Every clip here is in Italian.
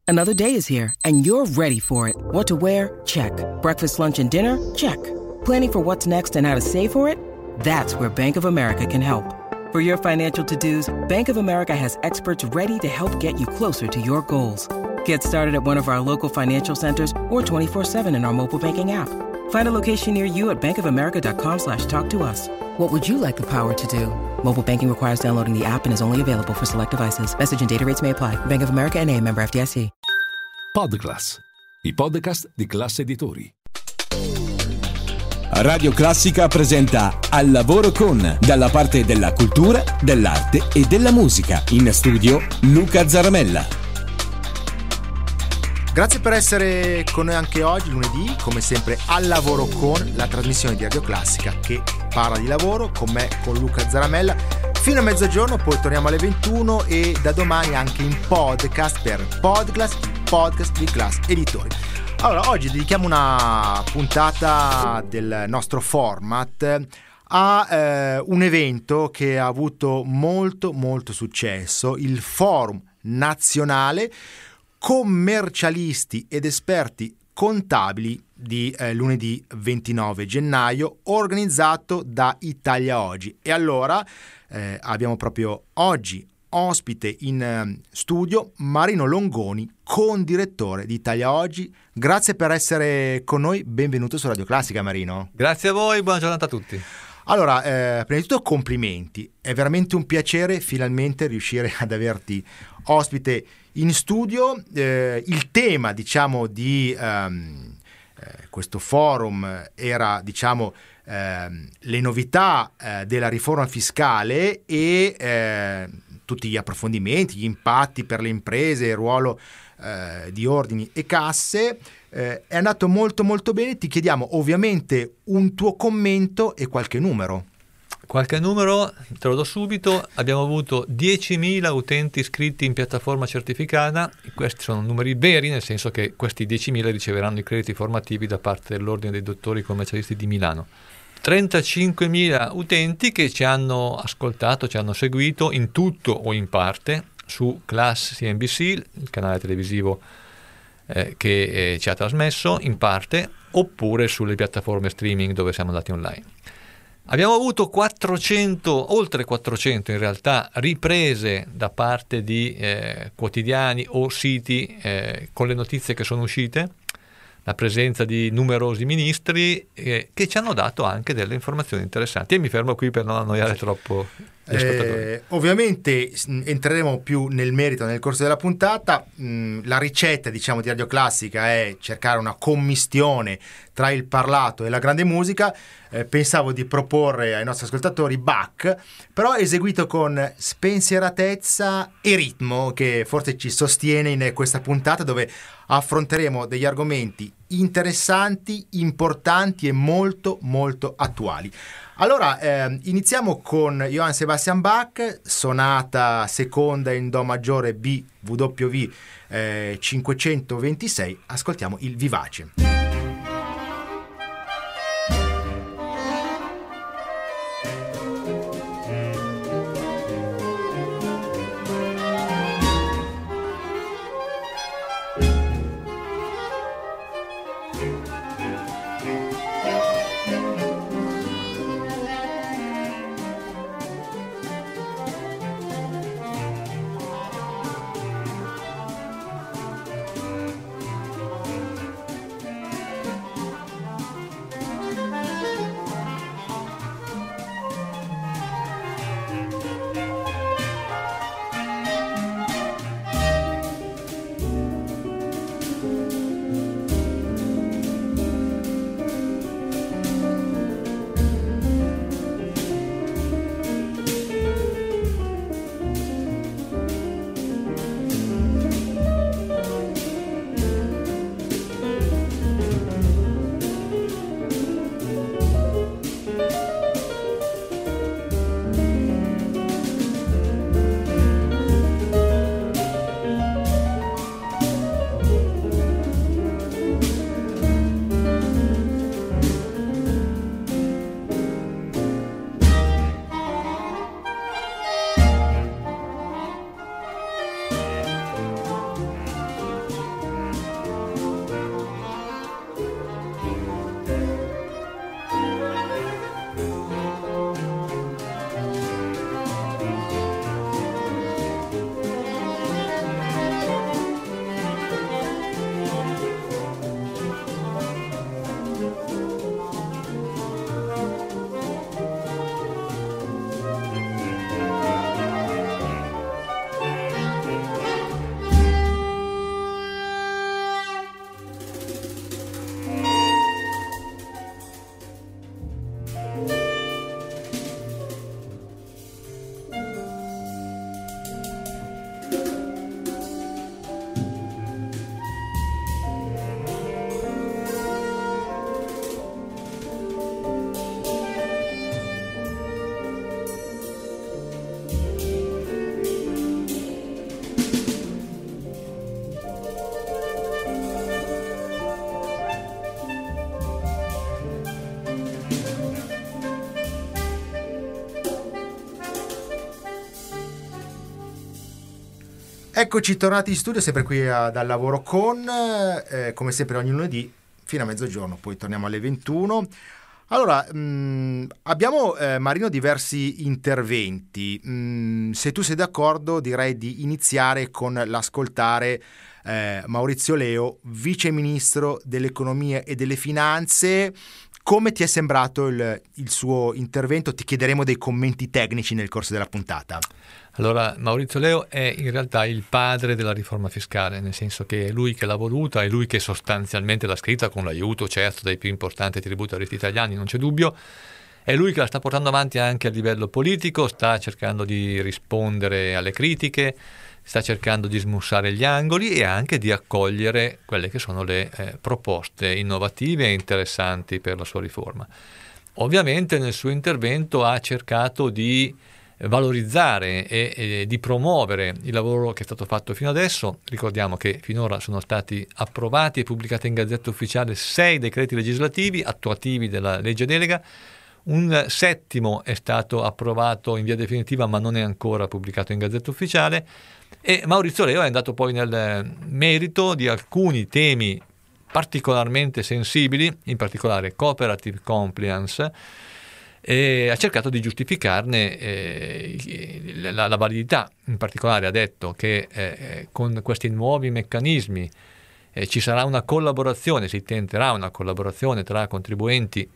Another day is here, and you're ready for it. What to wear? Check. Breakfast, lunch, and dinner? Check. Planning for what's next and how to save for it? That's where Bank of America can help. For your financial to-dos, Bank of America has experts ready to help get you closer to your goals. Get started at one of our local financial centers or 24/7 in our mobile banking app. Find a location near you at bankofamerica.com/talktous. What would you like the power to do? Mobile banking requires downloading the app and is only available for select devices. Message and data rates may apply. Bank of America N.A., member FDIC. Podclass, i podcast di Class Editori. Radio Classica presenta Al lavoro con, dalla parte della cultura, dell'arte e della musica. In studio Luca Zaramella. Grazie per essere con noi anche oggi, lunedì, come sempre Al lavoro con, la trasmissione di Radio Classica che parla di lavoro con me, con Luca Zaramella, fino a mezzogiorno, poi torniamo alle 21 e da domani anche in podcast per Podclass, il podcast di Class Editori. Allora, oggi dedichiamo una puntata del nostro format a un evento che ha avuto molto successo, il Forum Nazionale Commercialisti ed Esperti Contabili di lunedì 29 gennaio, organizzato da Italia Oggi. E allora abbiamo proprio oggi ospite in studio Marino Longoni, condirettore di Italia Oggi. Grazie per essere con noi, benvenuto su Radio Classica, Marino. Grazie a voi, buona giornata a tutti. Allora, prima di tutto complimenti, è veramente un piacere finalmente riuscire ad averti ospite in studio. Il tema, diciamo, di questo forum era, diciamo, le novità della riforma fiscale e tutti gli approfondimenti, gli impatti per le imprese, il ruolo di ordini e casse. È andato molto bene. Ti chiediamo ovviamente un tuo commento e qualche numero. Qualche numero te lo do subito. Abbiamo avuto 10.000 utenti iscritti in piattaforma certificata. Questi sono numeri veri, nel senso che questi 10.000 riceveranno i crediti formativi da parte dell'Ordine dei Dottori Commercialisti di Milano. 35.000 utenti che ci hanno ascoltato, ci hanno seguito in tutto o in parte su Class CNBC, il canale televisivo che ci ha trasmesso in parte, oppure sulle piattaforme streaming dove siamo andati online. Abbiamo avuto oltre 400 in realtà riprese da parte di quotidiani o siti con le notizie che sono uscite, la presenza di numerosi ministri che ci hanno dato anche delle informazioni interessanti. E mi fermo qui per non annoiare troppo gli ascoltatori. Ovviamente entreremo più nel merito nel corso della puntata. La ricetta, diciamo, di Radio Classica è cercare una commistione tra il parlato e la grande musica. Pensavo di proporre ai nostri ascoltatori Bach, però eseguito con spensieratezza e ritmo, che forse ci sostiene in questa puntata dove affronteremo degli argomenti interessanti, importanti e molto attuali. Allora, iniziamo con Johann Sebastian Bach, sonata seconda in Do maggiore BWV 526. Ascoltiamo il Vivace. Eccoci tornati in studio, sempre qui dal lavoro come sempre ogni lunedì fino a mezzogiorno, poi torniamo alle 21. Allora, abbiamo Marino diversi interventi. Se tu sei d'accordo, direi di iniziare con l'ascoltare Maurizio Leo, vice ministro dell'economia e delle finanze. Come ti è sembrato il suo intervento? Ti chiederemo dei commenti tecnici nel corso della puntata. Allora, Maurizio Leo è in realtà il padre della riforma fiscale, nel senso che è lui che l'ha voluta, è lui che sostanzialmente l'ha scritta con l'aiuto, certo, dei più importanti tributaristi italiani, non c'è dubbio. È lui che la sta portando avanti anche a livello politico, sta cercando di rispondere alle critiche, sta cercando di smussare gli angoli e anche di accogliere quelle che sono le proposte innovative e interessanti per la sua riforma. Ovviamente nel suo intervento ha cercato di valorizzare e di promuovere il lavoro che è stato fatto fino adesso. Ricordiamo che finora sono stati approvati e pubblicati in Gazzetta Ufficiale 6 decreti legislativi attuativi della legge delega. Un 7° è stato approvato in via definitiva ma non è ancora pubblicato in Gazzetta Ufficiale, e Maurizio Leo è andato poi nel merito di alcuni temi particolarmente sensibili, in particolare cooperative compliance, e ha cercato di giustificarne la validità. In particolare ha detto che con questi nuovi meccanismi ci sarà una collaborazione, si tenterà una collaborazione tra contribuenti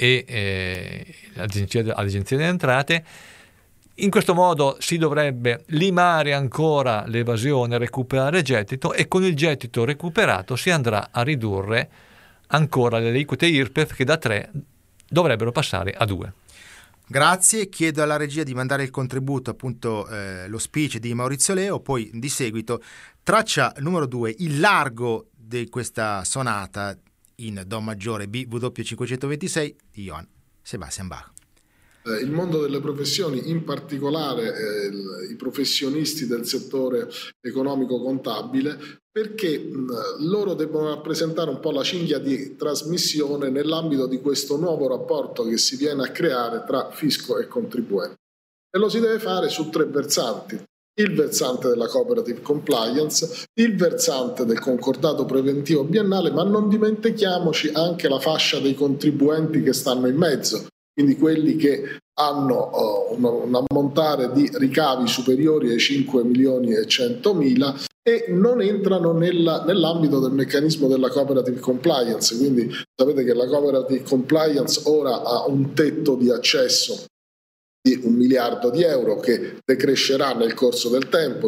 e l'Agenzia delle Entrate. In questo modo si dovrebbe limare ancora l'evasione, recuperare gettito, e con il gettito recuperato si andrà a ridurre ancora le aliquote IRPEF, che da 3 dovrebbero passare a 2. Grazie, chiedo alla regia di mandare il contributo, appunto lo speech di Maurizio Leo, poi di seguito traccia numero 2, il largo di questa sonata in Do maggiore BWV 526 di Johann Sebastian Bach. Il mondo delle professioni, in particolare i professionisti del settore economico-contabile, perché loro debbono rappresentare un po' la cinghia di trasmissione nell'ambito di questo nuovo rapporto che si viene a creare tra fisco e contribuenti. E lo si deve fare su 3 versanti: il versante della cooperative compliance, il versante del concordato preventivo biennale, ma non dimentichiamoci anche la fascia dei contribuenti che stanno in mezzo, quindi quelli che hanno un ammontare di ricavi superiori ai 5.100.000 e non entrano nell'ambito del meccanismo della cooperative compliance. Quindi sapete che la cooperative compliance ora ha un tetto di accesso di 1 miliardo di euro che decrescerà nel corso del tempo,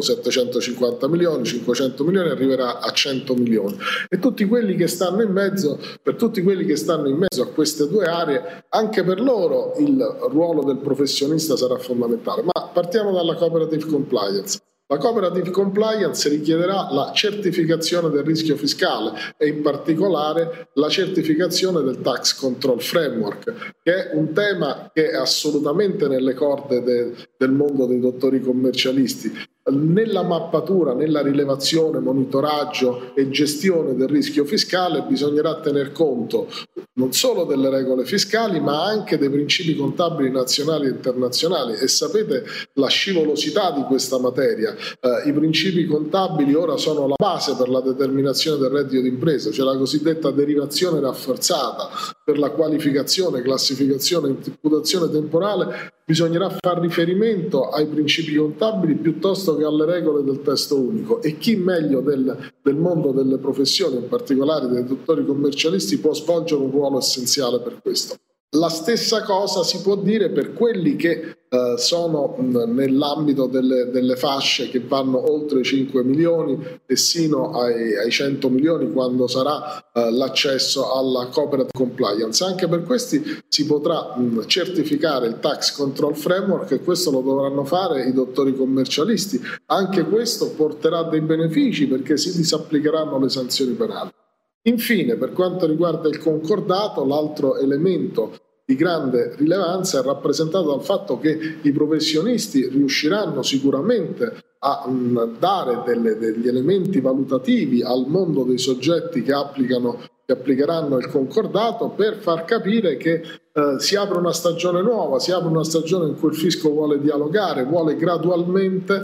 750 milioni, 500 milioni, arriverà a 100 milioni. E tutti quelli che stanno in mezzo, per tutti quelli che stanno in mezzo a queste 2 aree, anche per loro il ruolo del professionista sarà fondamentale. Ma partiamo dalla cooperative compliance. La cooperative compliance richiederà la certificazione del rischio fiscale e in particolare la certificazione del tax control framework, che è un tema che è assolutamente nelle corde del mondo dei dottori commercialisti. Nella mappatura, nella rilevazione, monitoraggio e gestione del rischio fiscale bisognerà tener conto non solo delle regole fiscali ma anche dei principi contabili nazionali e internazionali, e sapete la scivolosità di questa materia. I principi contabili ora sono la base per la determinazione del reddito d'impresa, cioè la cosiddetta derivazione rafforzata. Per la qualificazione, classificazione e imputazione temporale bisognerà far riferimento ai principi contabili piuttosto che alle regole del testo unico, e chi meglio del mondo delle professioni, in particolare dei dottori commercialisti, può svolgere un ruolo essenziale per questo. La stessa cosa si può dire per quelli che sono nell'ambito delle fasce che vanno oltre i 5 milioni e sino ai 100 milioni quando sarà l'accesso alla cooperative compliance. Anche per questi si potrà certificare il tax control framework, e questo lo dovranno fare i dottori commercialisti. Anche questo porterà dei benefici perché si disapplicheranno le sanzioni penali. Infine, per quanto riguarda il concordato, l'altro elemento di grande rilevanza è rappresentato dal fatto che i professionisti riusciranno sicuramente a dare degli elementi valutativi al mondo dei soggetti che applicheranno il concordato, per far capire che si apre una stagione nuova, si apre una stagione in cui il fisco vuole dialogare, vuole gradualmente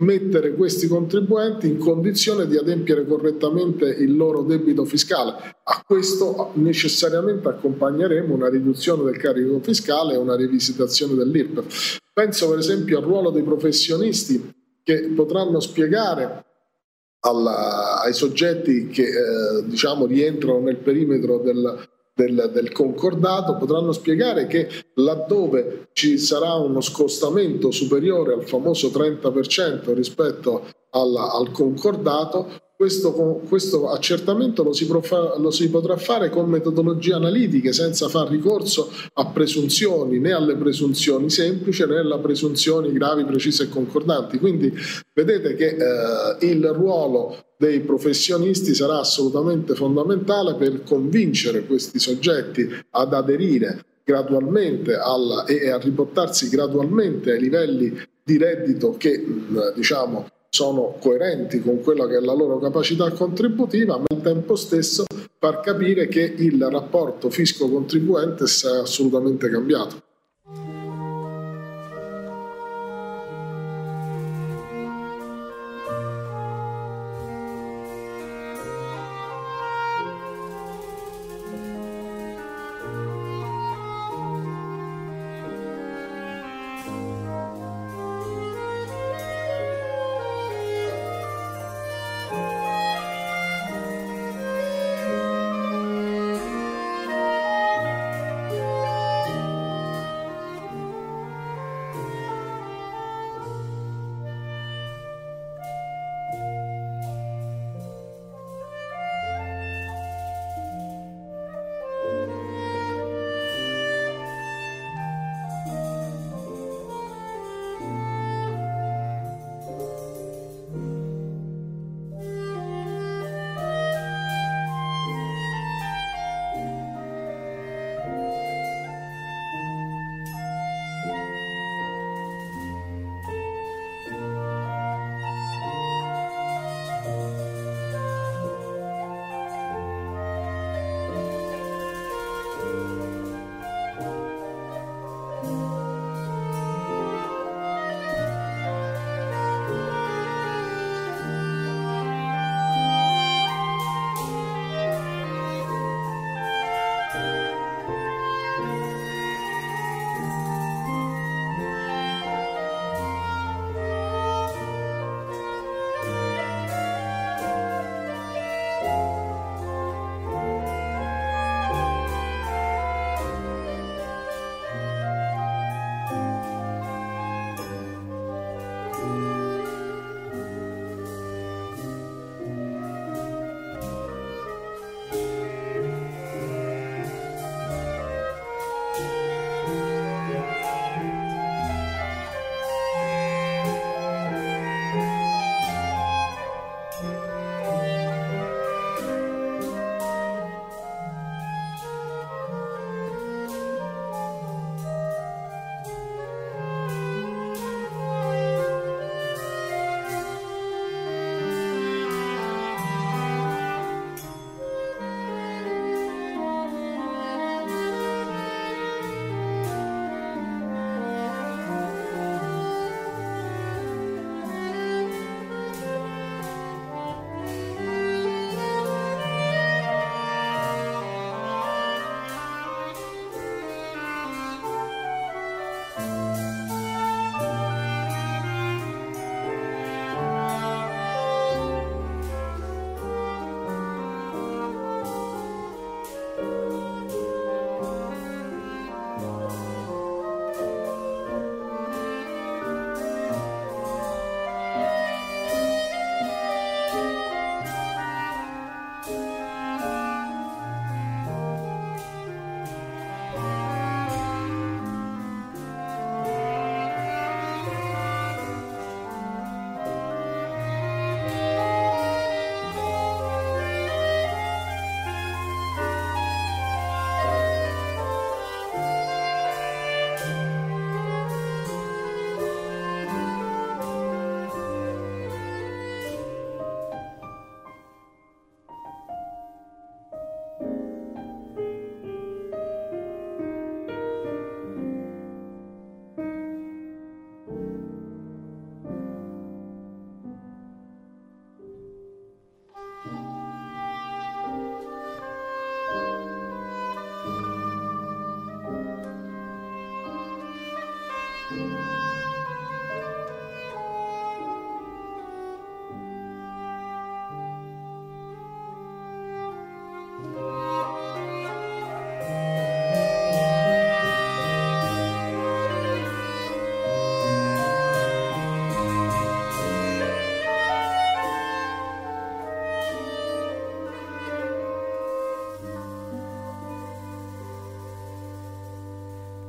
mettere questi contribuenti in condizione di adempiere correttamente il loro debito fiscale. A questo necessariamente accompagneremo una riduzione del carico fiscale e una rivisitazione dell'IRPEF. Penso per esempio al ruolo dei professionisti che potranno spiegare ai soggetti che rientrano nel perimetro del concordato, potranno spiegare che laddove ci sarà uno scostamento superiore al famoso 30% rispetto al concordato, questo accertamento lo si potrà fare con metodologie analitiche, senza far ricorso a presunzioni, né alle presunzioni semplici né alle presunzioni gravi, precise e concordanti. Quindi vedete che il ruolo dei professionisti sarà assolutamente fondamentale per convincere questi soggetti ad aderire gradualmente e a riportarsi gradualmente ai livelli di reddito che sono coerenti con quella che è la loro capacità contributiva, ma al tempo stesso far capire che il rapporto fisco-contribuente è assolutamente cambiato.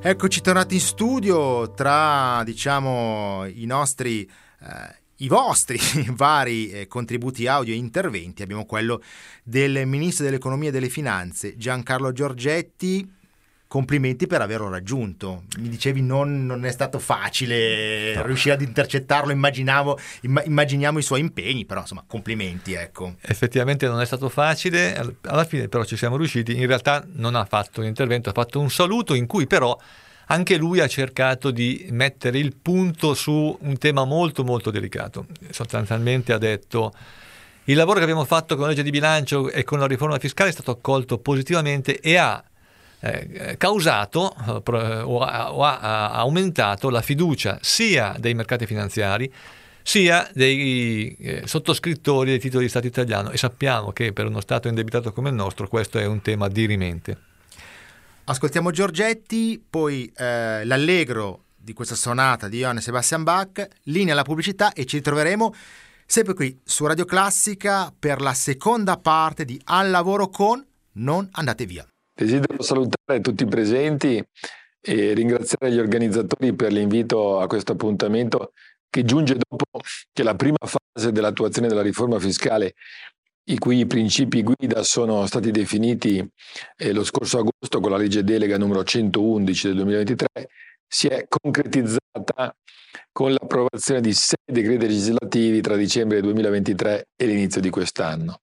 Eccoci tornati in studio. Tra, diciamo, i vostri vari contributi audio e interventi abbiamo quello del Ministro dell'Economia e delle Finanze Giancarlo Giorgetti. Complimenti per averlo raggiunto. Mi dicevi non è stato facile riuscire ad intercettarlo, immaginiamo i suoi impegni, però insomma complimenti, ecco. Effettivamente non è stato facile, alla fine però ci siamo riusciti. In realtà non ha fatto un intervento, ha fatto un saluto in cui però anche lui ha cercato di mettere il punto su un tema molto molto delicato. Sostanzialmente ha detto: il lavoro che abbiamo fatto con la legge di bilancio e con la riforma fiscale è stato accolto positivamente e ha causato o ha aumentato la fiducia sia dei mercati finanziari sia dei sottoscrittori dei titoli di Stato italiano, e sappiamo che per uno Stato indebitato come il nostro questo è un tema dirimente. Ascoltiamo Giorgetti, poi l'allegro di questa sonata di Johann Sebastian Bach, linea alla pubblicità e ci ritroveremo sempre qui su Radio Classica per la seconda parte di Al lavoro con. Non andate via. Desidero salutare tutti i presenti e ringraziare gli organizzatori per l'invito a questo appuntamento, che giunge dopo che la prima fase dell'attuazione della riforma fiscale, i cui principi guida sono stati definiti lo scorso agosto con la legge delega numero 111 del 2023, si è concretizzata con l'approvazione di 6 decreti legislativi tra dicembre 2023 e l'inizio di quest'anno.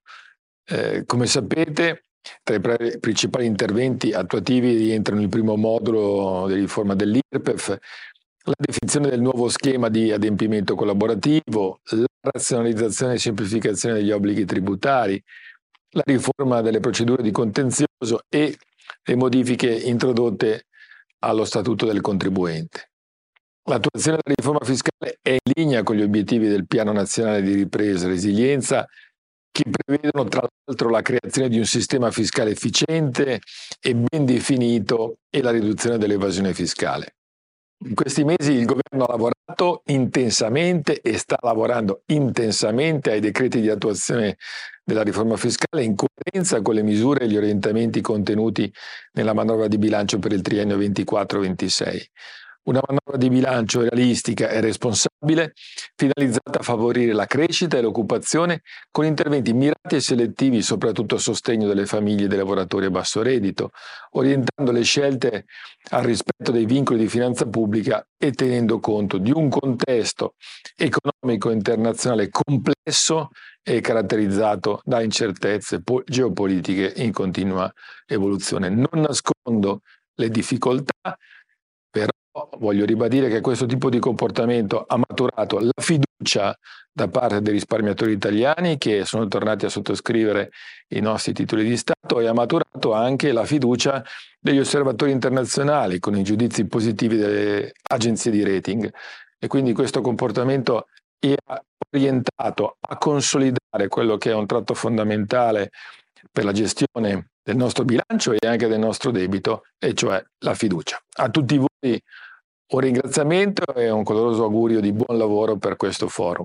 Come sapete, tra i principali interventi attuativi rientrano il primo modulo di riforma dell'IRPEF, la definizione del nuovo schema di adempimento collaborativo, la razionalizzazione e semplificazione degli obblighi tributari, la riforma delle procedure di contenzioso e le modifiche introdotte allo Statuto del contribuente. L'attuazione della riforma fiscale è in linea con gli obiettivi del Piano Nazionale di Ripresa e Resilienza, che prevedono tra l'altro la creazione di un sistema fiscale efficiente e ben definito e la riduzione dell'evasione fiscale. In questi mesi il governo ha lavorato intensamente e sta lavorando intensamente ai decreti di attuazione della riforma fiscale in coerenza con le misure e gli orientamenti contenuti nella manovra di bilancio per il triennio 24-26. Una manovra di bilancio realistica e responsabile, finalizzata a favorire la crescita e l'occupazione con interventi mirati e selettivi, soprattutto a sostegno delle famiglie e dei lavoratori a basso reddito, orientando le scelte al rispetto dei vincoli di finanza pubblica e tenendo conto di un contesto economico internazionale complesso e caratterizzato da incertezze geopolitiche in continua evoluzione. Non nascondo le difficoltà, però voglio ribadire che questo tipo di comportamento ha maturato la fiducia da parte dei risparmiatori italiani, che sono tornati a sottoscrivere i nostri titoli di Stato, e ha maturato anche la fiducia degli osservatori internazionali con i giudizi positivi delle agenzie di rating, e quindi questo comportamento è orientato a consolidare quello che è un tratto fondamentale per la gestione del nostro bilancio e anche del nostro debito, e cioè la fiducia. A tutti voi un ringraziamento e un caloroso augurio di buon lavoro per questo forum.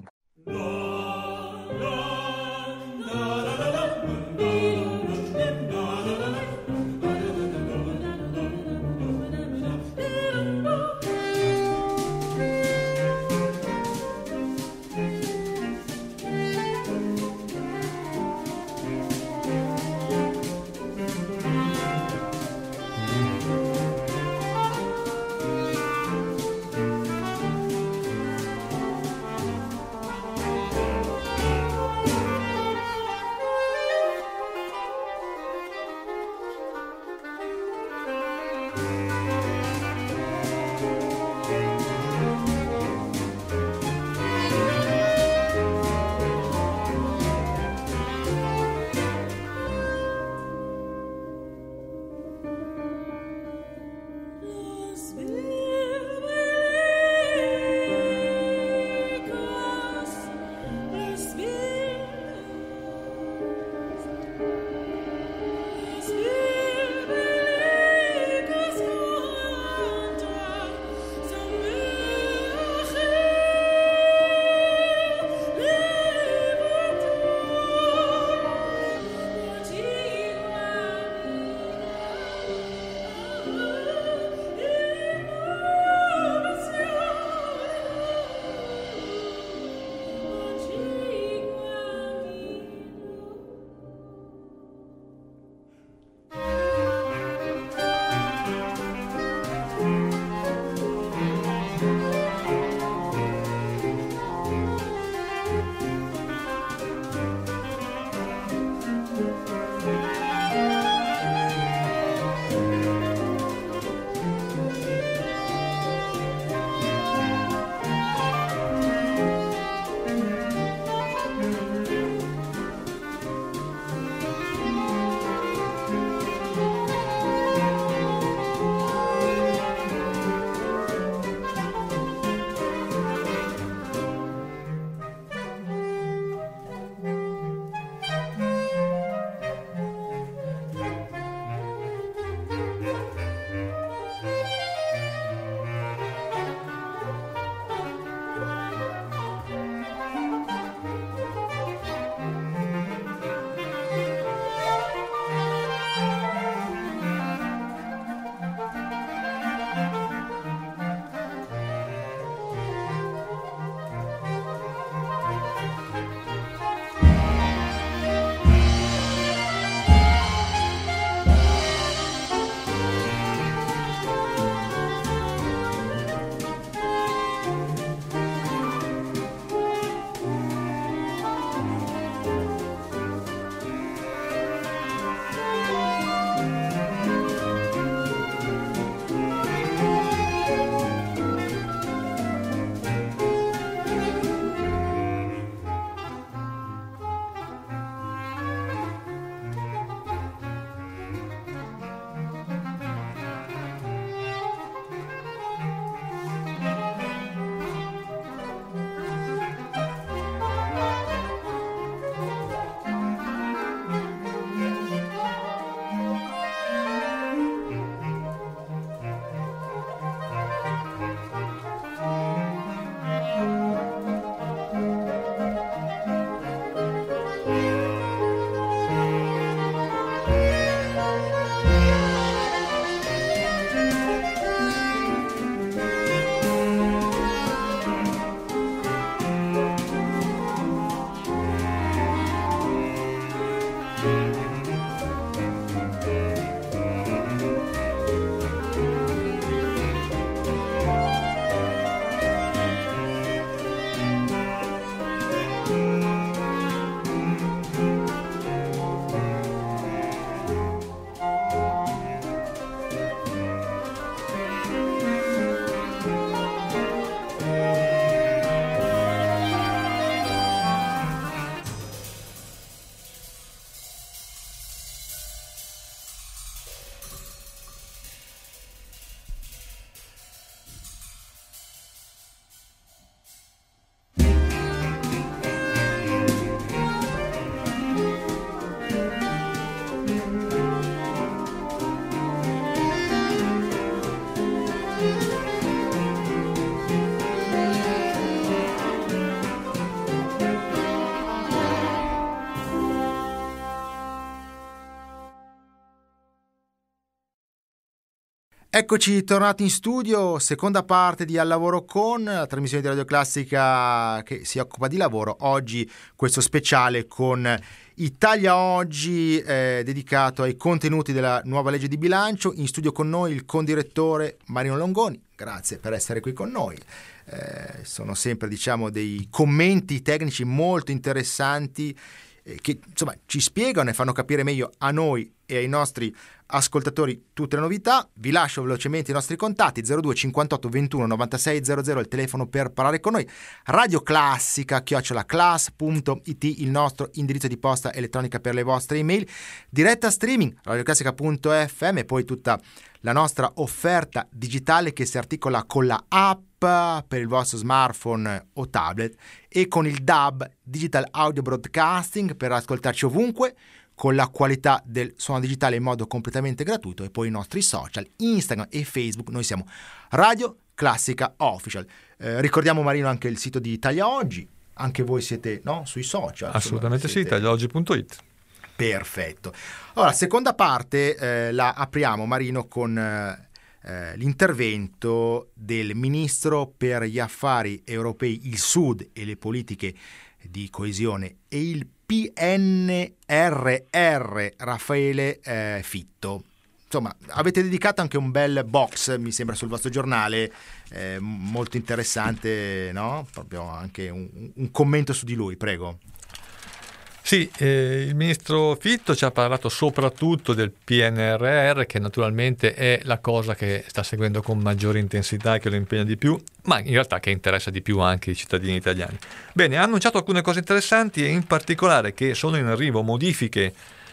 Eccoci tornati in studio, seconda parte di Al Lavoro Con, la trasmissione di Radio Classica che si occupa di lavoro. Oggi questo speciale con Italia Oggi dedicato ai contenuti della nuova legge di bilancio. In studio con noi il condirettore Marino Longoni. Grazie per essere qui con noi. Sono sempre, diciamo, dei commenti tecnici molto interessanti che insomma ci spiegano e fanno capire meglio a noi e ai nostri ascoltatori tutte le novità. Vi lascio velocemente i nostri contatti: 02 58 21 96 00 il telefono per parlare con noi, Radio Classica @class.it il nostro indirizzo di posta elettronica per le vostre email, diretta streaming radioclassica.fm e poi tutta la nostra offerta digitale che si articola con la app per il vostro smartphone o tablet e con il DAB, Digital Audio Broadcasting, per ascoltarci ovunque con la qualità del suono digitale in modo completamente gratuito, e poi i nostri social, Instagram e Facebook. Noi siamo Radio Classica Official. Ricordiamo, Marino, anche il sito di Italia Oggi. Anche voi siete, no, sui social? Assolutamente sì, italiaoggi.it. Perfetto. Allora, seconda parte la apriamo, Marino, con l'intervento del ministro per gli affari europei, il Sud e le politiche di coesione e il PNRR, Raffaele Fitto. Insomma, avete dedicato anche un bel box, mi sembra, sul vostro giornale, molto interessante, no? Proprio anche un commento su di lui, prego. Sì, il ministro Fitto ci ha parlato soprattutto del PNRR, che naturalmente è la cosa che sta seguendo con maggiore intensità e che lo impegna di più, ma in realtà che interessa di più anche i cittadini italiani. Bene, ha annunciato alcune cose interessanti, e in particolare che sono in arrivo modifiche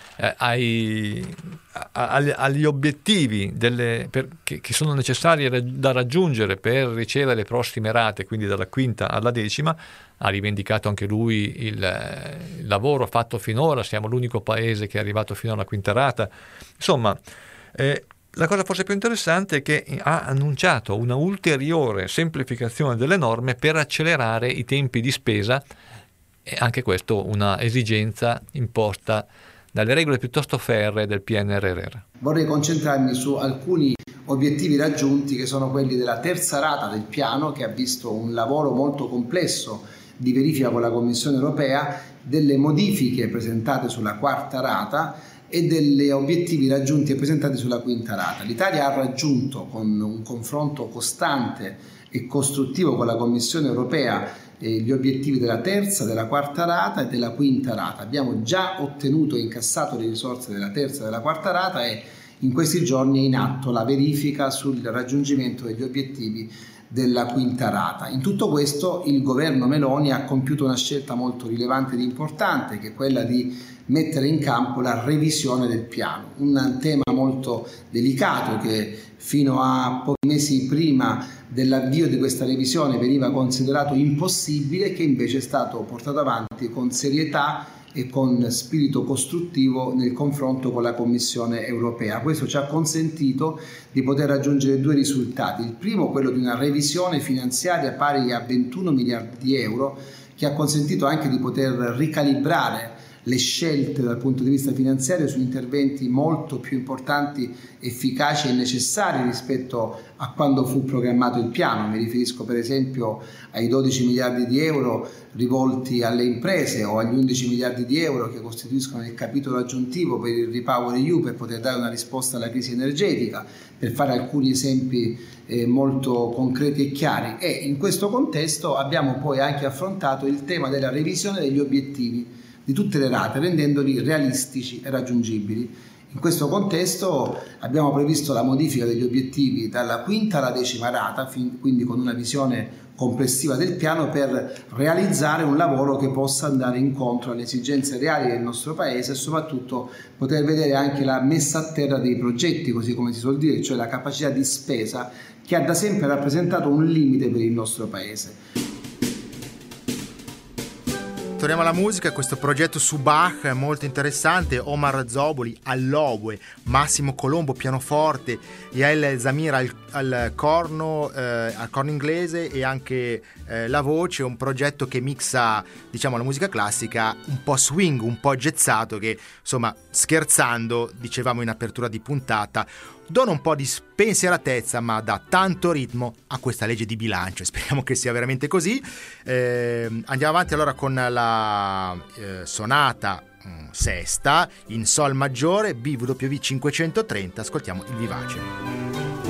agli obiettivi che sono necessari da raggiungere per ricevere le prossime rate, quindi dalla quinta alla decima. Ha rivendicato anche lui il lavoro fatto finora, siamo l'unico paese che è arrivato fino alla quinta rata. Insomma, la cosa forse più interessante è che ha annunciato una ulteriore semplificazione delle norme per accelerare i tempi di spesa, e anche questo una esigenza imposta dalle regole piuttosto ferree del PNRR. Vorrei concentrarmi su alcuni obiettivi raggiunti, che sono quelli della terza rata del piano, che ha visto un lavoro molto complesso di verifica con la Commissione europea, delle modifiche presentate sulla quarta rata e degli obiettivi raggiunti e presentati sulla quinta rata. L'Italia ha raggiunto, con un confronto costante e costruttivo con la Commissione europea, gli obiettivi della terza, della quarta rata e della quinta rata. Abbiamo già ottenuto e incassato le risorse della terza e della quarta rata, e in questi giorni è in atto la verifica sul raggiungimento degli obiettivi della quinta rata. In tutto questo il governo Meloni ha compiuto una scelta molto rilevante ed importante, che è quella di mettere in campo la revisione del piano, un tema molto delicato che fino a pochi mesi prima dell'avvio di questa revisione veniva considerato impossibile, che invece è stato portato avanti con serietà e con spirito costruttivo nel confronto con la Commissione europea. Questo ci ha consentito di poter raggiungere due risultati. Il primo, quello di una revisione finanziaria pari a 21 miliardi di euro, che ha consentito anche di poter ricalibrare le scelte dal punto di vista finanziario su interventi molto più importanti, efficaci e necessari rispetto a quando fu programmato il piano. Mi riferisco per esempio ai 12 miliardi di euro rivolti alle imprese, o agli 11 miliardi di euro che costituiscono il capitolo aggiuntivo per il Repower EU, per poter dare una risposta alla crisi energetica, per fare alcuni esempi molto concreti e chiari. E in questo contesto abbiamo poi anche affrontato il tema della revisione degli obiettivi di tutte le rate, rendendoli realistici e raggiungibili. In questo contesto abbiamo previsto la modifica degli obiettivi dalla quinta alla decima rata, quindi con una visione complessiva del piano, per realizzare un lavoro che possa andare incontro alle esigenze reali del nostro Paese e soprattutto poter vedere anche la messa a terra dei progetti, così come si suol dire, cioè la capacità di spesa, che ha da sempre rappresentato un limite per il nostro Paese. Torniamo alla musica, questo progetto su Bach molto interessante, Omar Zoboli all'oboe, Massimo Colombo pianoforte, Yael Zamir al corno inglese e anche la voce, un progetto che mixa, diciamo, la musica classica un po' swing, un po' jazzato, che insomma scherzando, dicevamo in apertura di puntata, dona un po' di spensieratezza, ma dà tanto ritmo a questa legge di bilancio. Speriamo che sia veramente così. Andiamo avanti allora con la sonata sesta in sol maggiore, BWV 530. Ascoltiamo il vivace.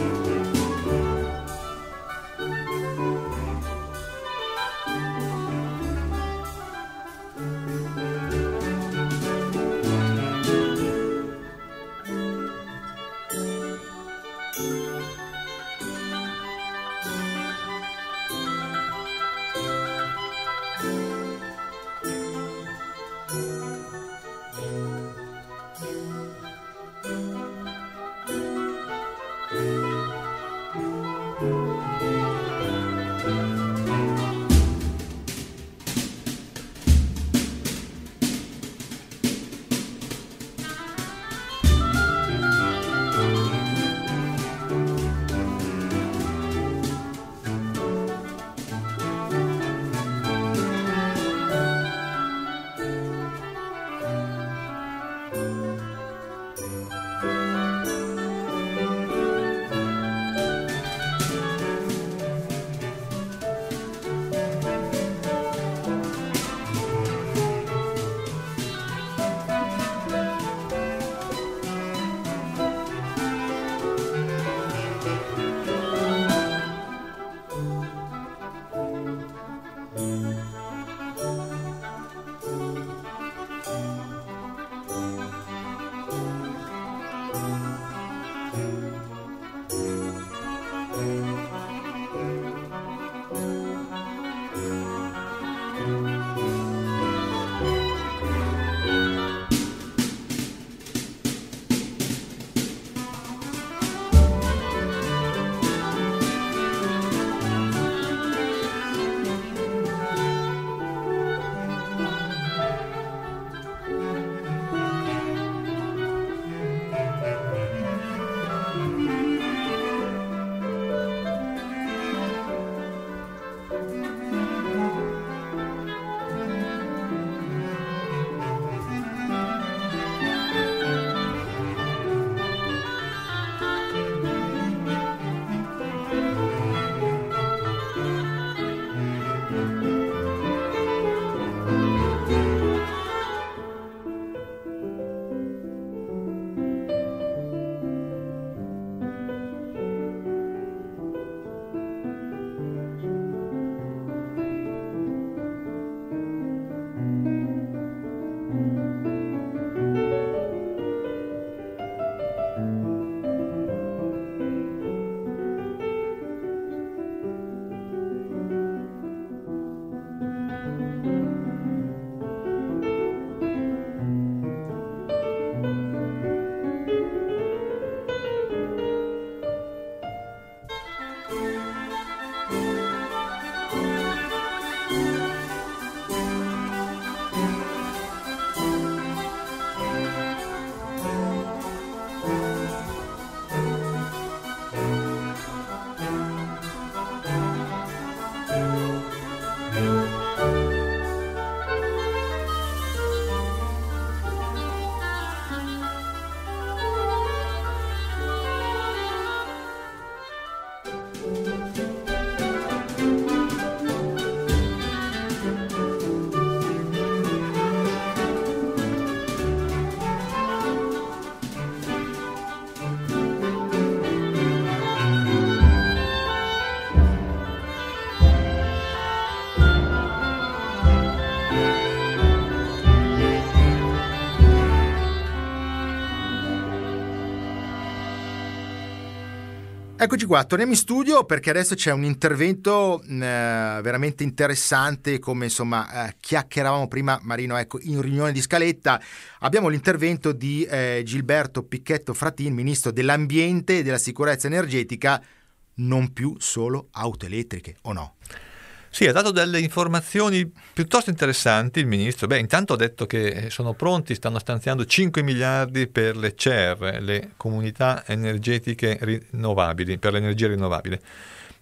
Eccoci qua, torniamo in studio perché adesso c'è un intervento veramente interessante, come insomma chiacchieravamo prima, Marino, ecco, in riunione di scaletta. Abbiamo l'intervento di Gilberto Picchetto Fratin, Ministro dell'Ambiente e della Sicurezza Energetica, non più solo auto elettriche, o no? Sì, ha dato delle informazioni piuttosto interessanti il Ministro. Intanto ha detto che sono pronti, stanno stanziando 5 miliardi per le CER, le comunità energetiche rinnovabili, per l'energia rinnovabile.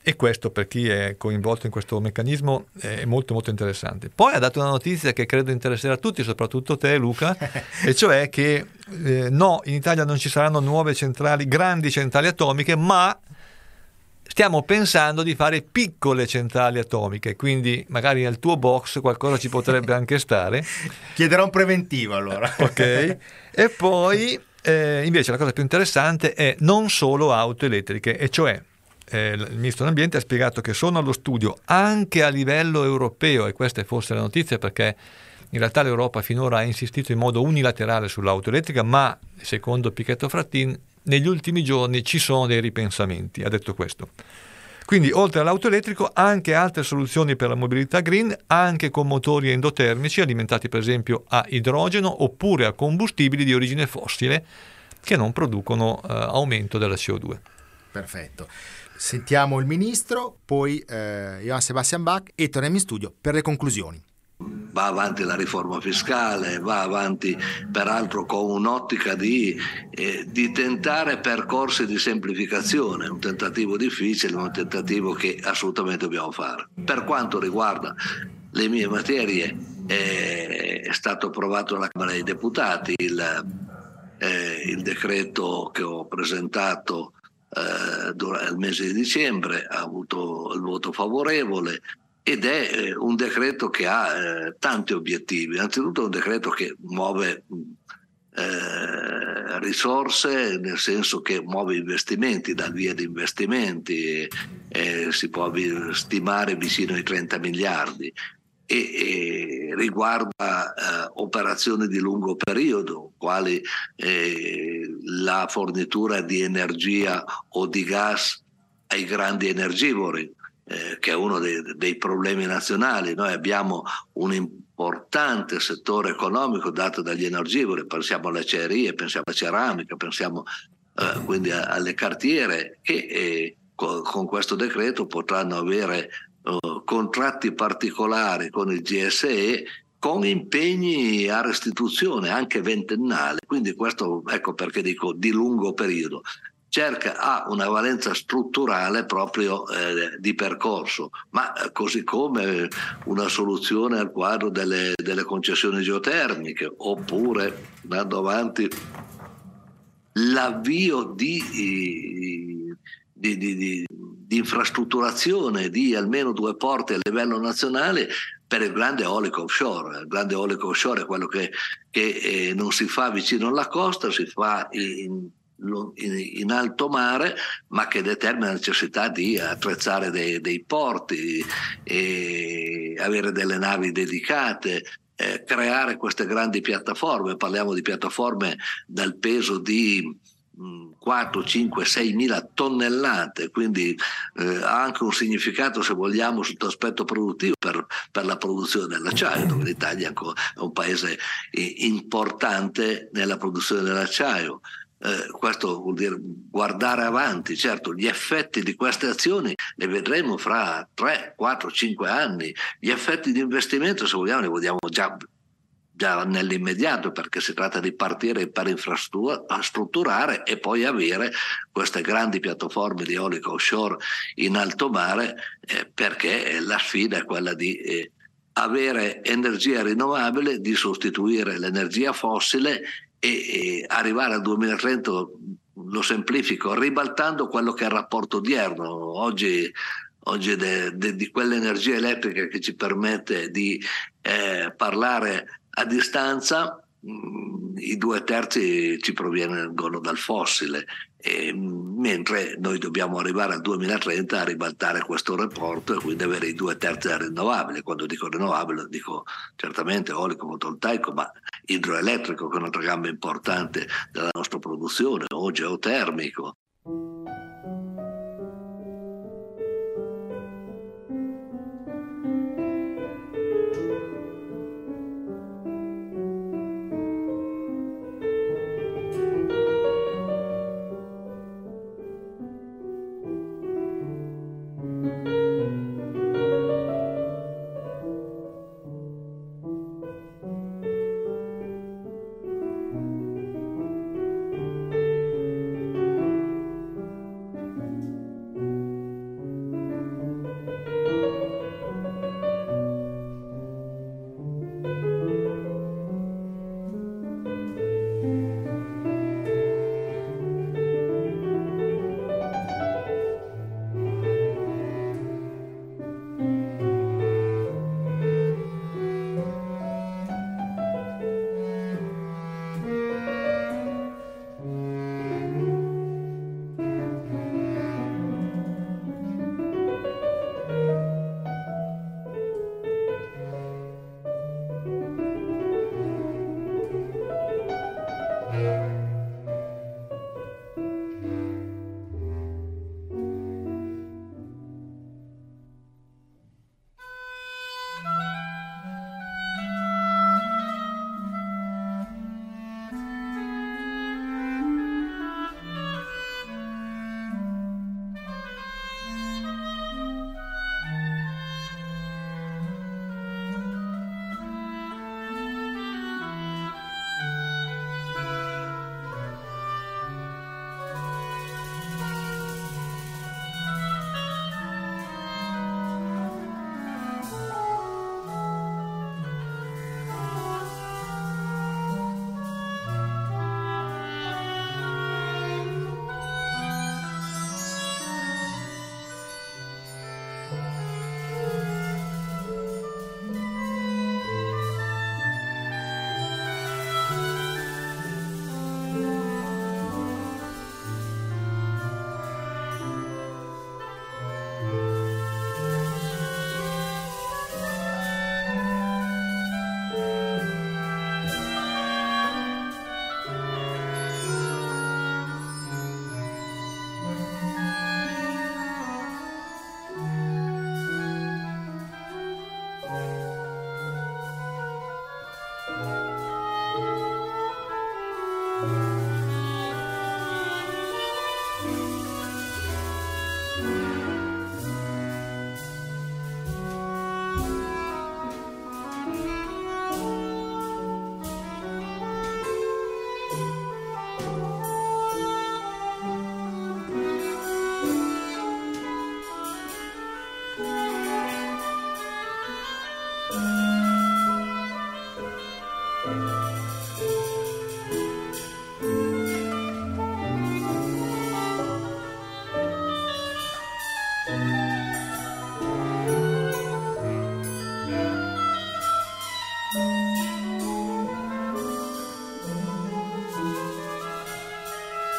E questo, per chi è coinvolto in questo meccanismo, è molto molto interessante. Poi ha dato una notizia che credo interesserà a tutti, soprattutto te, Luca, e cioè che no, in Italia non ci saranno nuove centrali, grandi centrali atomiche, ma stiamo pensando di fare piccole centrali atomiche, quindi magari nel tuo box qualcosa ci potrebbe anche stare. Chiederò un preventivo allora. Ok. E poi invece la cosa più interessante è non solo auto elettriche, e cioè il Ministro dell'Ambiente ha spiegato che sono allo studio anche a livello europeo, e questa è forse la notizia, perché in realtà l'Europa finora ha insistito in modo unilaterale sull'auto elettrica, ma secondo Pichetto Frattin negli ultimi giorni ci sono dei ripensamenti, ha detto questo. Quindi oltre all'auto elettrico anche altre soluzioni per la mobilità green, anche con motori endotermici alimentati per esempio a idrogeno oppure a combustibili di origine fossile che non producono aumento della CO2. Perfetto. Sentiamo il Ministro, poi Johann Sebastian Bach e torniamo in studio per le conclusioni. Va avanti la riforma fiscale, va avanti peraltro con un'ottica di tentare percorsi di semplificazione, un tentativo difficile, un tentativo che assolutamente dobbiamo fare. Per quanto riguarda le mie materie, è stato approvato alla Camera dei Deputati il decreto che ho presentato il mese di dicembre, ha avuto il voto favorevole ed è un decreto che ha tanti obiettivi. Innanzitutto è un decreto che muove risorse, nel senso che muove investimenti, dal via di investimenti, si può stimare vicino ai 30 miliardi e riguarda operazioni di lungo periodo, quali la fornitura di energia o di gas ai grandi energivori, che è uno dei problemi nazionali. Noi abbiamo un importante settore economico dato dagli energivori, pensiamo alle acciaierie, pensiamo alla ceramica, pensiamo quindi alle cartiere, che con questo decreto potranno avere contratti particolari con il GSE con impegni a restituzione anche ventennale. Quindi questo, ecco perché dico di lungo periodo, ha una valenza strutturale proprio di percorso, ma così come una soluzione al quadro delle concessioni geotermiche, oppure andando avanti l'avvio di infrastrutturazione di almeno 2 porti a livello nazionale per il grande eolico offshore. Il grande eolico offshore è quello che non si fa vicino alla costa, si fa in alto mare, ma che determina la necessità di attrezzare dei porti, e avere delle navi dedicate, creare queste grandi piattaforme. Parliamo di piattaforme dal peso di 4, 5, 6 mila tonnellate, quindi ha anche un significato, se vogliamo, sotto aspetto produttivo per la produzione dell'acciaio, dove l'Italia è un paese importante nella produzione dell'acciaio. Questo vuol dire guardare avanti. Certo, gli effetti di queste azioni li vedremo fra 3, 4, 5 anni. Gli effetti di investimento, se vogliamo, li vediamo già nell'immediato, perché si tratta di partire per infrastrutturare e poi avere queste grandi piattaforme di eolico offshore in alto mare, perché la sfida è quella di avere energia rinnovabile, di sostituire l'energia fossile e arrivare al 2030, lo semplifico, ribaltando quello che è il rapporto odierno. Oggi di quell'energia elettrica che ci permette di parlare a distanza, i 2/3 ci provengono dal fossile, mentre noi dobbiamo arrivare al 2030 a ribaltare questo rapporto e quindi avere i 2/3 da rinnovabile. Quando dico rinnovabile dico certamente eolico, fotovoltaico, ma idroelettrico, che è un'altra gamba importante della nostra produzione, o geotermico.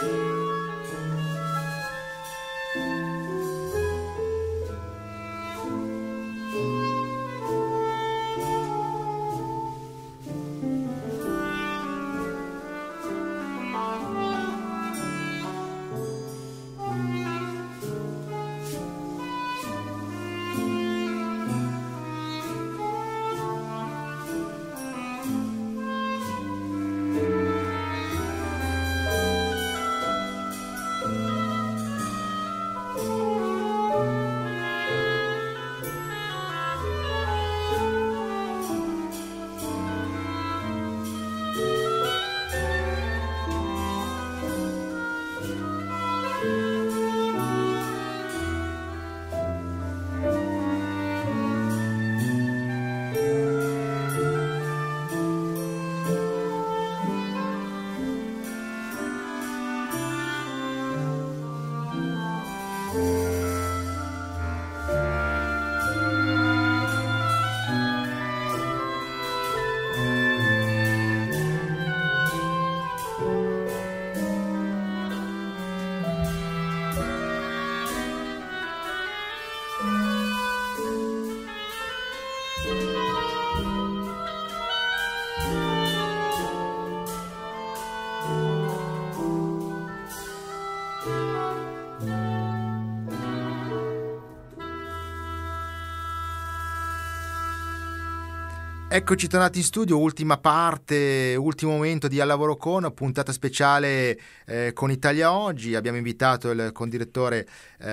Eccoci tornati in studio, ultima parte, ultimo momento di Al Lavoro Con, puntata speciale con Italia Oggi. Abbiamo invitato il condirettore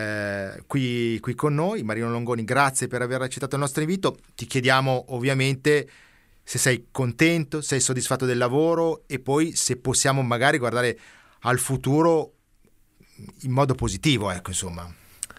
qui con noi, Marino Longoni. Grazie per aver accettato il nostro invito. Ti chiediamo ovviamente se sei contento, sei soddisfatto del lavoro e poi se possiamo magari guardare al futuro in modo positivo, ecco, insomma.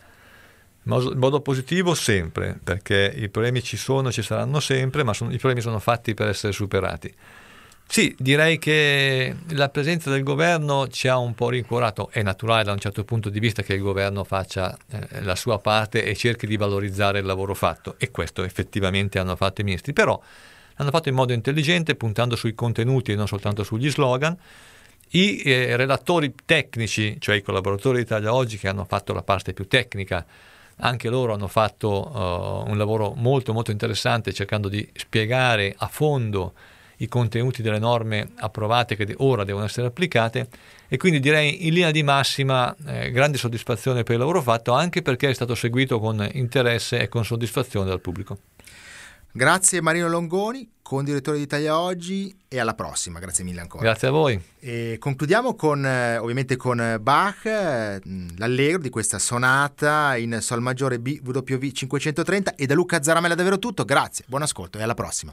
In modo positivo sempre, perché i problemi ci sono, ci saranno sempre, ma i problemi sono fatti per essere superati. Sì, direi che la presenza del governo ci ha un po' rincuorato. È naturale da un certo punto di vista che il governo faccia la sua parte e cerchi di valorizzare il lavoro fatto, e questo effettivamente hanno fatto i ministri, però l'hanno fatto in modo intelligente, puntando sui contenuti e non soltanto sugli slogan. I relatori tecnici, cioè i collaboratori di Italia Oggi, che hanno fatto la parte più tecnica, anche loro hanno fatto un lavoro molto molto interessante, cercando di spiegare a fondo i contenuti delle norme approvate che ora devono essere applicate, e quindi direi in linea di massima grande soddisfazione per il lavoro fatto, anche perché è stato seguito con interesse e con soddisfazione dal pubblico. Grazie Marino Longoni, condirettore di Italia Oggi, e alla prossima. Grazie mille ancora. Grazie a voi. E concludiamo ovviamente con Bach, l'allegro di questa sonata in Sol maggiore BWV 530, e da Luca Zaramella davvero tutto. Grazie, buon ascolto e alla prossima.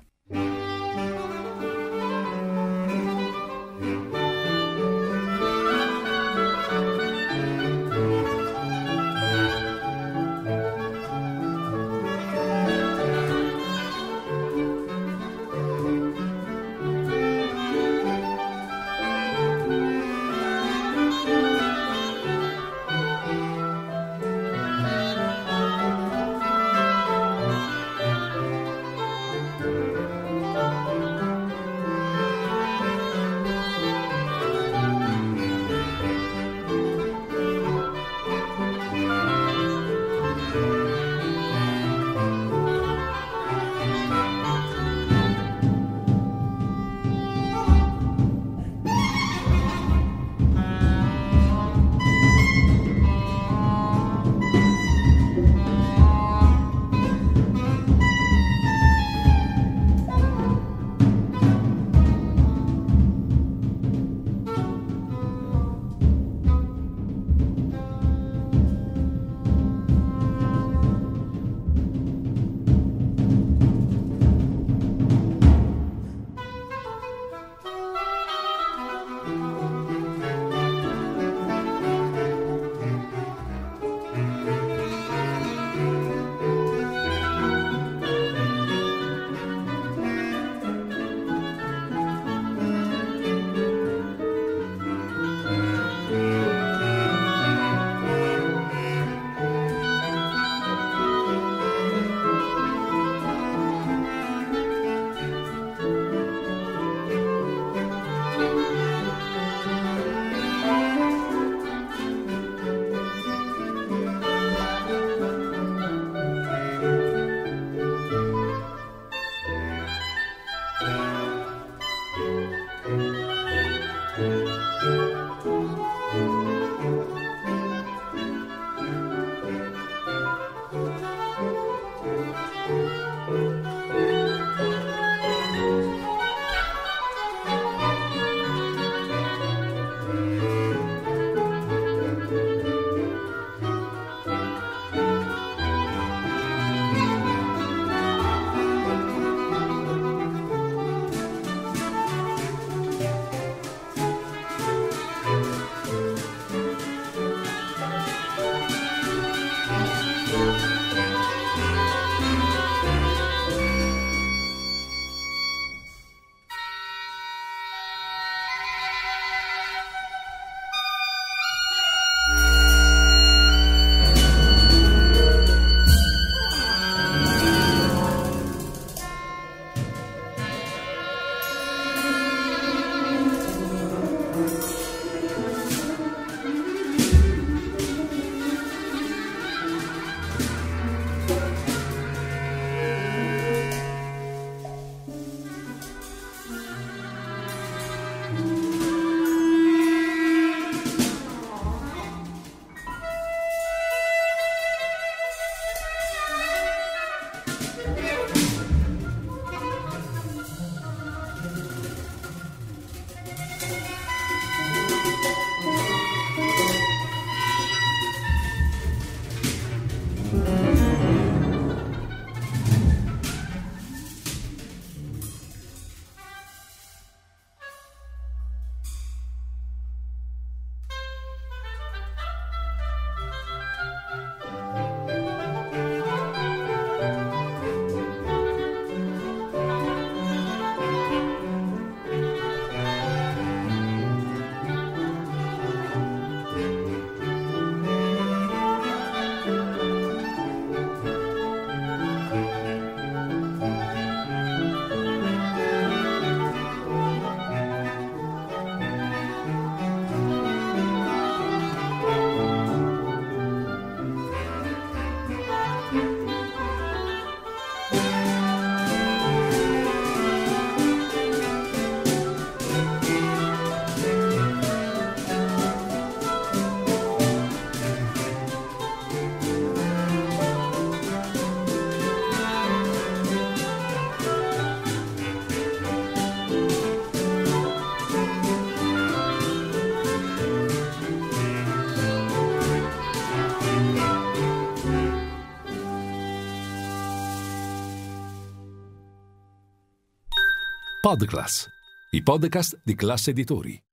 Podclass, i podcast di Classe Editori.